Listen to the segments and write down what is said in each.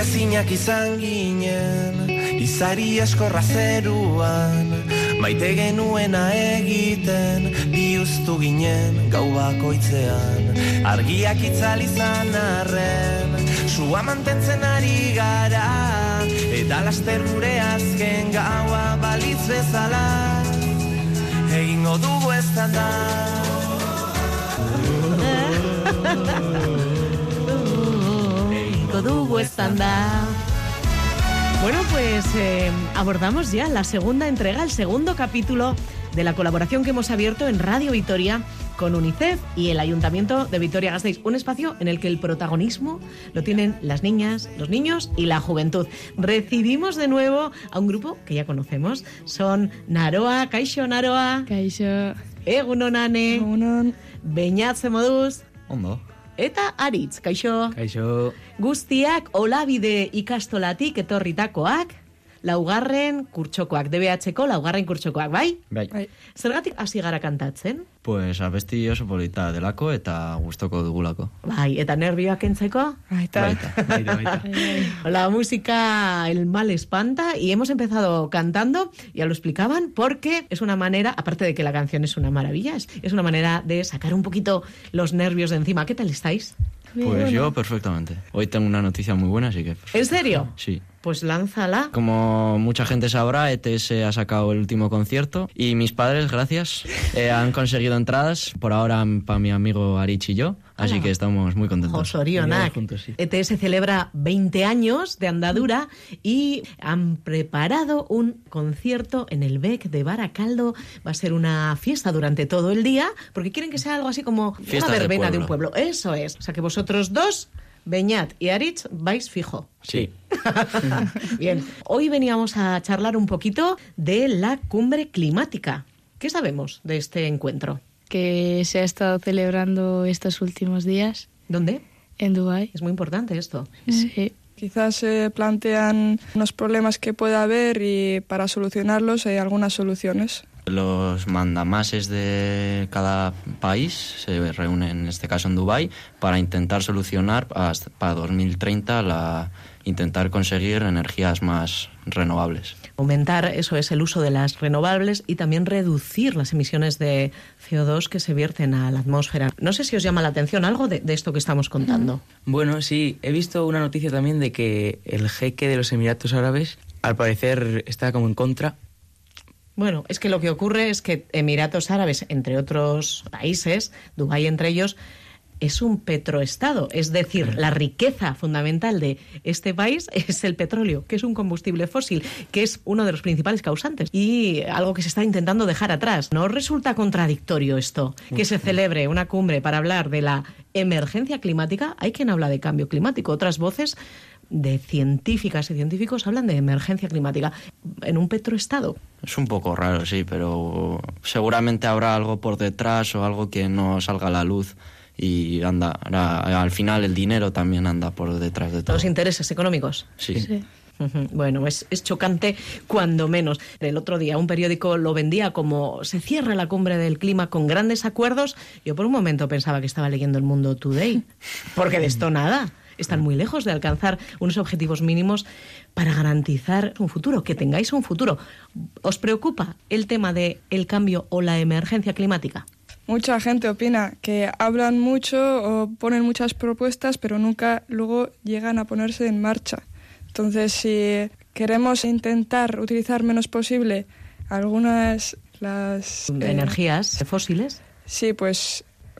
ezinak izan ginen, izari eskorra zeruan, maite genuena egiten, bihuztu ginen gau bakoitzean. Argiak itzal izan arren, sua mantentzen ari gara, eta laster gure azken gaua balitz bezala, egingo dugu eztanda. Egingo dugu eztanda. Bueno, pues abordamos ya la segunda entrega, el segundo capítulo de la colaboración que hemos abierto en Radio Vitoria con UNICEF y el Ayuntamiento de Vitoria-Gasteiz. Un espacio en el que el protagonismo lo tienen las niñas, los niños y la juventud. Recibimos de nuevo a un grupo que ya conocemos. Son Naroa, Kaixo Naroa. Kaixo. Egunon Ane. Egunon. Beñatze moduz. Ondo. Eta Aritz, Kaixo. Kaixo. Guztiak Olabide ikastolatik etorritakoak, laugarren kurtsokoak, DBH-ko laugarren kurtsokoak, bai? Bai. Zergatik hasi gara kantatzen? Pues abesti oso polita delako eta gustoko dugulako. Bai, eta nervioak entzeko? Baita. La música, el mal espanta, y hemos empezado cantando, ya lo explicaban, porque es una manera, aparte de que la canción es una maravilla, es una manera de sacar un poquito los nervios de encima. ¿Qué tal estáis? Pues yo perfectamente. Hoy tengo una noticia muy buena, así que... Perfecto. ¿En serio? Sí. Pues lánzala. Como mucha gente sabrá, ETS ha sacado el último concierto y mis padres, gracias, han conseguido entradas, por ahora para mi amigo Arich y yo, así que estamos muy contentos. Sorionak. Sí. ETS celebra 20 años de andadura y han preparado un concierto en el BEC de Baracaldo. Va a ser una fiesta durante todo el día, porque quieren que sea algo así como fiesta una verbena de un pueblo. Eso es. O sea que vosotros dos, Beñat y Aritz, vais fijo. Sí. Bien, hoy veníamos a charlar un poquito de la cumbre climática. ¿Qué sabemos de este encuentro? Que se ha estado celebrando estos últimos días. ¿Dónde? En Dubái. Es muy importante esto. Sí. Quizás se plantean unos problemas que pueda haber y para solucionarlos hay algunas soluciones. Los mandamases de cada país se reúnen, en este caso en Dubái, para intentar solucionar para 2030 intentar conseguir energías más renovables. Aumentar, eso es, el uso de las renovables y también reducir las emisiones de CO2 que se vierten a la atmósfera. No sé si os llama la atención algo de esto que estamos contando. Bueno, sí, he visto una noticia también de que el jeque de los Emiratos Árabes, al parecer, está como en contra. Bueno, es que lo que ocurre es que Emiratos Árabes, entre otros países, Dubái entre ellos, es un petroestado. Es decir, la riqueza fundamental de este país es el petróleo, que es un combustible fósil, que es uno de los principales causantes y algo que se está intentando dejar atrás. ¿No os resulta contradictorio esto? Que se celebre una cumbre para hablar de la emergencia climática. Hay quien habla de cambio climático, otras voces de científicas y científicos hablan de emergencia climática en un petroestado. Es un poco raro, sí, pero seguramente habrá algo por detrás o algo que no salga a la luz y al final el dinero también anda por detrás de todo. Los intereses económicos. Sí. Bueno, es chocante cuando menos. El otro día un periódico lo vendía como se cierra la cumbre del clima con grandes acuerdos. Yo por un momento pensaba que estaba leyendo El Mundo Today, porque de esto nada. Están muy lejos de alcanzar unos objetivos mínimos para garantizar un futuro, que tengáis un futuro. ¿Os preocupa el tema del cambio o la emergencia climática? Mucha gente opina que hablan mucho o ponen muchas propuestas, pero nunca luego llegan a ponerse en marcha. Entonces, si queremos intentar utilizar menos posible algunas energías fósiles. Sí, pues...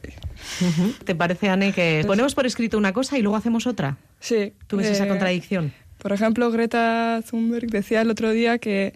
¿Te parece, Anne, que ponemos por escrito una cosa y luego hacemos otra? Sí. ¿Tú ves esa contradicción? Por ejemplo, Greta Thunberg decía el otro día que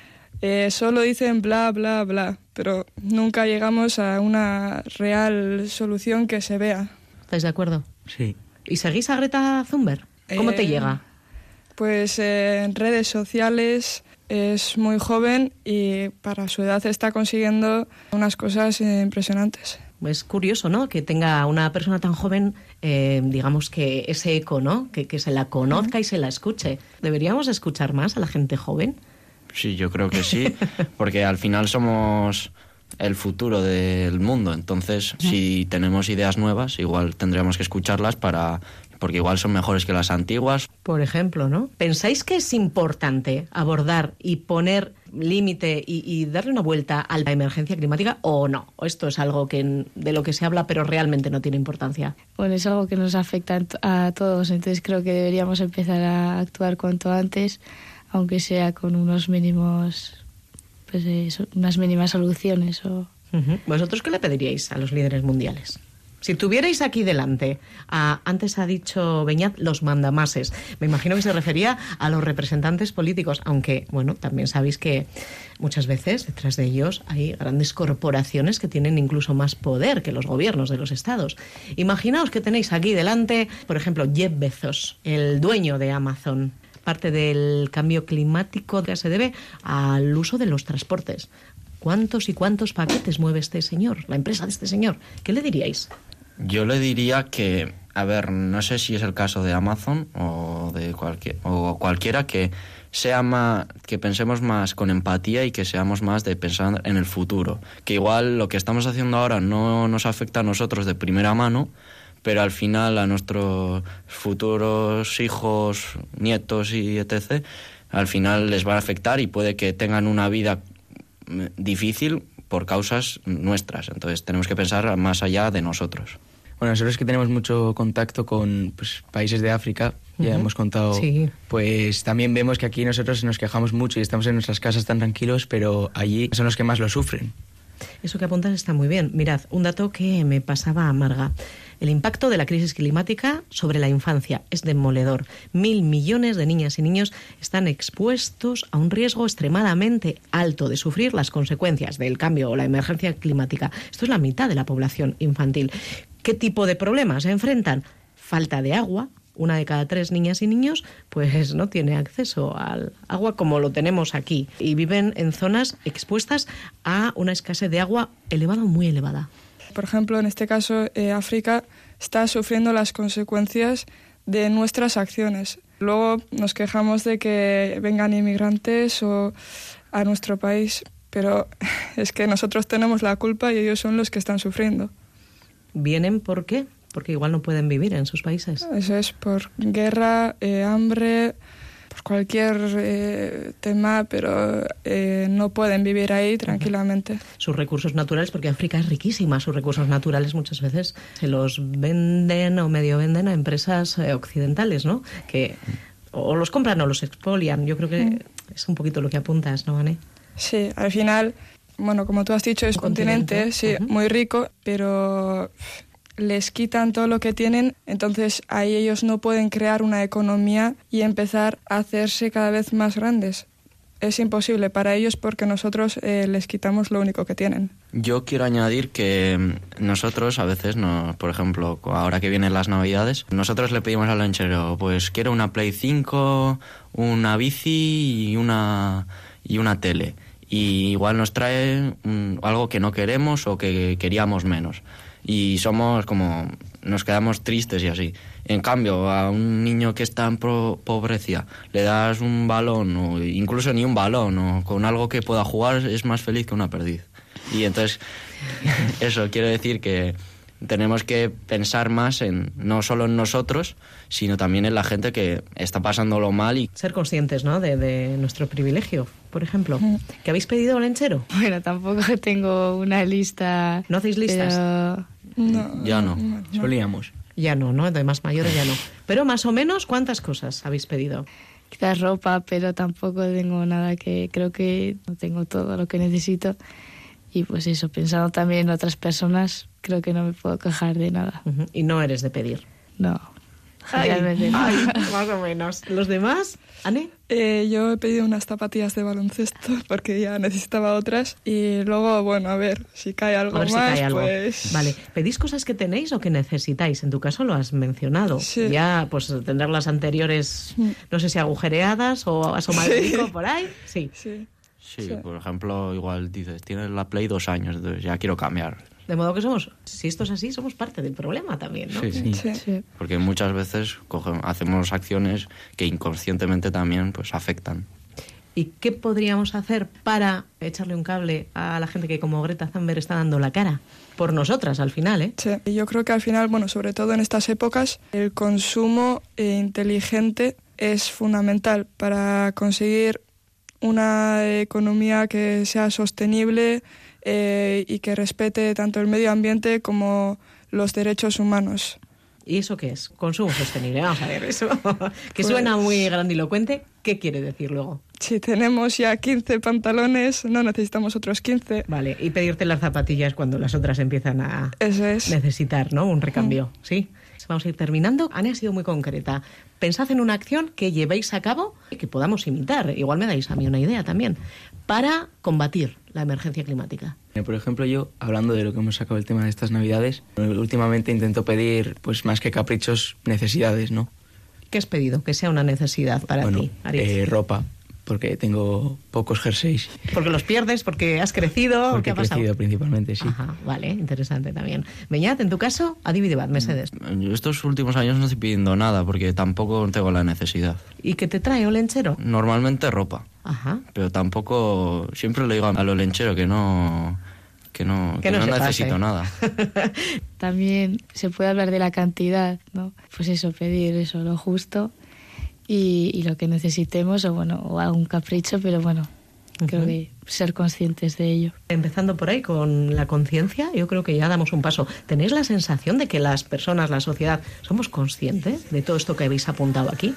solo dicen bla, bla, bla, pero nunca llegamos a una real solución que se vea. ¿Estáis de acuerdo? Sí. ¿Y seguís a Greta Thunberg? ¿Cómo te llega? Pues en redes sociales. Es muy joven y para su edad está consiguiendo unas cosas impresionantes. Es curioso, ¿no?, que tenga una persona tan joven, digamos que ese eco, ¿no?, que se la conozca y se la escuche. ¿Deberíamos escuchar más a la gente joven? Sí, yo creo que sí, porque al final somos el futuro del mundo. Entonces, si tenemos ideas nuevas, igual tendríamos que escucharlas para porque igual son mejores que las antiguas. Por ejemplo, ¿no? ¿Pensáis que es importante abordar y poner límite y darle una vuelta a la emergencia climática o no? ¿O esto es algo de lo que se habla pero realmente no tiene importancia? Bueno, es algo que nos afecta a todos, entonces creo que deberíamos empezar a actuar cuanto antes, aunque sea con unos mínimos, pues unas mínimas soluciones. ¿Vosotros qué le pediríais a los líderes mundiales? Si tuvierais aquí delante, antes ha dicho Beñat, los mandamases. Me imagino que se refería a los representantes políticos, aunque, bueno, también sabéis que muchas veces detrás de ellos hay grandes corporaciones que tienen incluso más poder que los gobiernos de los estados. Imaginaos que tenéis aquí delante, por ejemplo, Jeff Bezos, el dueño de Amazon. Parte del cambio climático que se debe al uso de los transportes. ¿Cuántos y cuántos paquetes mueve este señor, la empresa de este señor? ¿Qué le diríais? Yo le diría que, a ver, no sé si es el caso de Amazon o de cualquiera, que que pensemos más con empatía y que seamos más de pensar en el futuro. Que igual lo que estamos haciendo ahora no nos afecta a nosotros de primera mano, pero al final a nuestros futuros hijos, nietos y etc., al final les va a afectar y puede que tengan una vida difícil por causas nuestras. Entonces tenemos que pensar más allá de nosotros. Bueno, nosotros que tenemos mucho contacto con países de África, ya hemos contado, sí. Pues también vemos que aquí nosotros nos quejamos mucho y estamos en nuestras casas tan tranquilos, pero allí son los que más lo sufren. Eso que apuntas está muy bien. Mirad, un dato que me pasaba a Marga. El impacto de la crisis climática sobre la infancia es demoledor. 1.000 millones de niñas y niños están expuestos a un riesgo extremadamente alto de sufrir las consecuencias del cambio o la emergencia climática. Esto es la mitad de la población infantil. ¿Qué tipo de problemas se enfrentan? Falta de agua. 1 de cada 3 niñas y niños pues no tiene acceso al agua como lo tenemos aquí y viven en zonas expuestas a una escasez de agua elevada o muy elevada. Por ejemplo, en este caso, África está sufriendo las consecuencias de nuestras acciones. Luego nos quejamos de que vengan inmigrantes a nuestro país, pero es que nosotros tenemos la culpa y ellos son los que están sufriendo. ¿Vienen por qué? Porque igual no pueden vivir en sus países. Eso es por guerra, hambre, por cualquier tema, pero no pueden vivir ahí tranquilamente. Sus recursos naturales, porque África es riquísima, sus recursos naturales muchas veces se los venden o medio venden a empresas occidentales, ¿no? Que o los compran o los expolian. Yo creo que es un poquito lo que apuntas, ¿no, Anne? Sí, al final, bueno, como tú has dicho, es un continente, sí, muy rico, pero les quitan todo lo que tienen, entonces ahí ellos no pueden crear una economía y empezar a hacerse cada vez más grandes. Es imposible para ellos porque nosotros les quitamos lo único que tienen. Yo quiero añadir que nosotros a veces, por ejemplo, ahora que vienen las Navidades, nosotros le pedimos al lanchero, pues quiero una Play 5, una bici y una tele. Y igual nos trae algo que no queremos o que queríamos menos. Y somos como, nos quedamos tristes y así. En cambio, a un niño que está en pobreza le das un balón o incluso ni un balón o con algo que pueda jugar, es más feliz que una perdiz. Y entonces, eso quiero decir que tenemos que pensar más no solo en nosotros, sino también en la gente que está pasándolo mal. Y ser conscientes, ¿no?, de nuestro privilegio, por ejemplo. ¿Qué habéis pedido, Lenchero? Bueno, tampoco tengo una lista. ¿No hacéis listas? Pero No, ya no. Solíamos. Ya no, ¿no? De más mayores ya no. Pero más o menos, ¿cuántas cosas habéis pedido? quizás ropa, pero tampoco tengo nada que... Creo que no tengo todo lo que necesito. Y pues eso, pensando también en otras personas, creo que no me puedo quejar de nada. Uh-huh. ¿Y no eres de pedir? No, realmente no. Ay, más o menos. ¿Los demás, Anne? Yo he pedido unas zapatillas de baloncesto porque ya necesitaba otras. Y luego, bueno, a ver si cae algo más, cae algo. Pues... Vale, ¿pedís cosas que tenéis o que necesitáis? En tu caso lo has mencionado. Sí. Ya, pues tener las anteriores, no sé si agujereadas o asomadrico por ahí. Sí. Sí. Sí, por ejemplo, igual dices, tienes la Play 2 años, entonces ya quiero cambiar. De modo que si esto es así, somos parte del problema también, ¿no? Sí. Porque muchas veces hacemos acciones que inconscientemente también pues afectan. ¿Y qué podríamos hacer para echarle un cable a la gente que como Greta Thunberg está dando la cara? Por nosotras, al final, ¿eh? Sí, yo creo que al final, bueno, sobre todo en estas épocas, el consumo inteligente es fundamental para conseguir una economía que sea sostenible y que respete tanto el medio ambiente como los derechos humanos. ¿Y eso qué es? Consumo sostenible. Vamos a ver, eso que suena muy grandilocuente. ¿Qué quiere decir luego? Si tenemos ya 15 pantalones, no necesitamos otros 15. Vale, y pedirte las zapatillas cuando las otras empiezan a Eso es. necesitar, ¿no? Un recambio, ¿sí? Vamos a ir terminando. Ane ha sido muy concreta. Pensad en una acción que llevéis a cabo y que podamos imitar. Igual me dais a mí una idea también. Para combatir la emergencia climática. Por ejemplo, yo, hablando de lo que hemos sacado el tema de estas Navidades, últimamente intento pedir, pues más que caprichos, necesidades, ¿no? ¿Qué has pedido? Que sea una necesidad para ti, Aritz. Ropa, porque tengo pocos jerseys. Porque los pierdes, porque has crecido, Porque ¿qué ha he pasado? crecido principalmente, sí. Ajá, vale, interesante también. Beñat, en tu caso, adibide bat, mesedez. Yo estos últimos años no estoy pidiendo nada porque tampoco tengo la necesidad. ¿Y qué te trae Olenchero? Normalmente ropa, Ajá. pero tampoco... Siempre le digo al olenchero que no Que no se necesito pase. nada. También se puede hablar de la cantidad, ¿no? Pues eso, pedir eso, lo justo y lo que necesitemos, o algún capricho, pero bueno, creo que ser conscientes de ello. Empezando por ahí con la conciencia, yo creo que ya damos un paso. ¿Tenéis la sensación de que las personas, la sociedad, somos conscientes de todo esto que habéis apuntado aquí?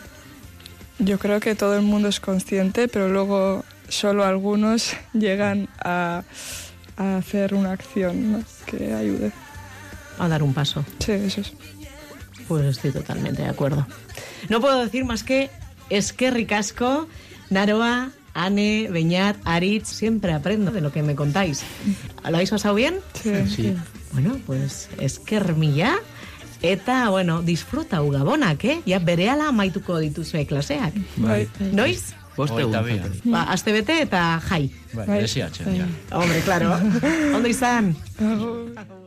Yo creo que todo el mundo es consciente, pero luego solo algunos llegan a hacer una acción, ¿no?, que ayude. A dar un paso. Sí, eso es. Pues estoy totalmente de acuerdo. No puedo decir más que eskerrik asko, Naroa, Ane, Beñat, Aritz, siempre aprendo de lo que me contáis. ¿Lo habéis pasado bien? Sí. Bueno, pues esker mila, eta, bueno, disfruta ugabonak, ja berehala amaituko dituzue klaseak. Bai. Noiz? Boste Hogeita egun, bian. falta. Astebete eta jai. Bai, desiatzen, ja. Hombre, claro. Ondo izan. Agur.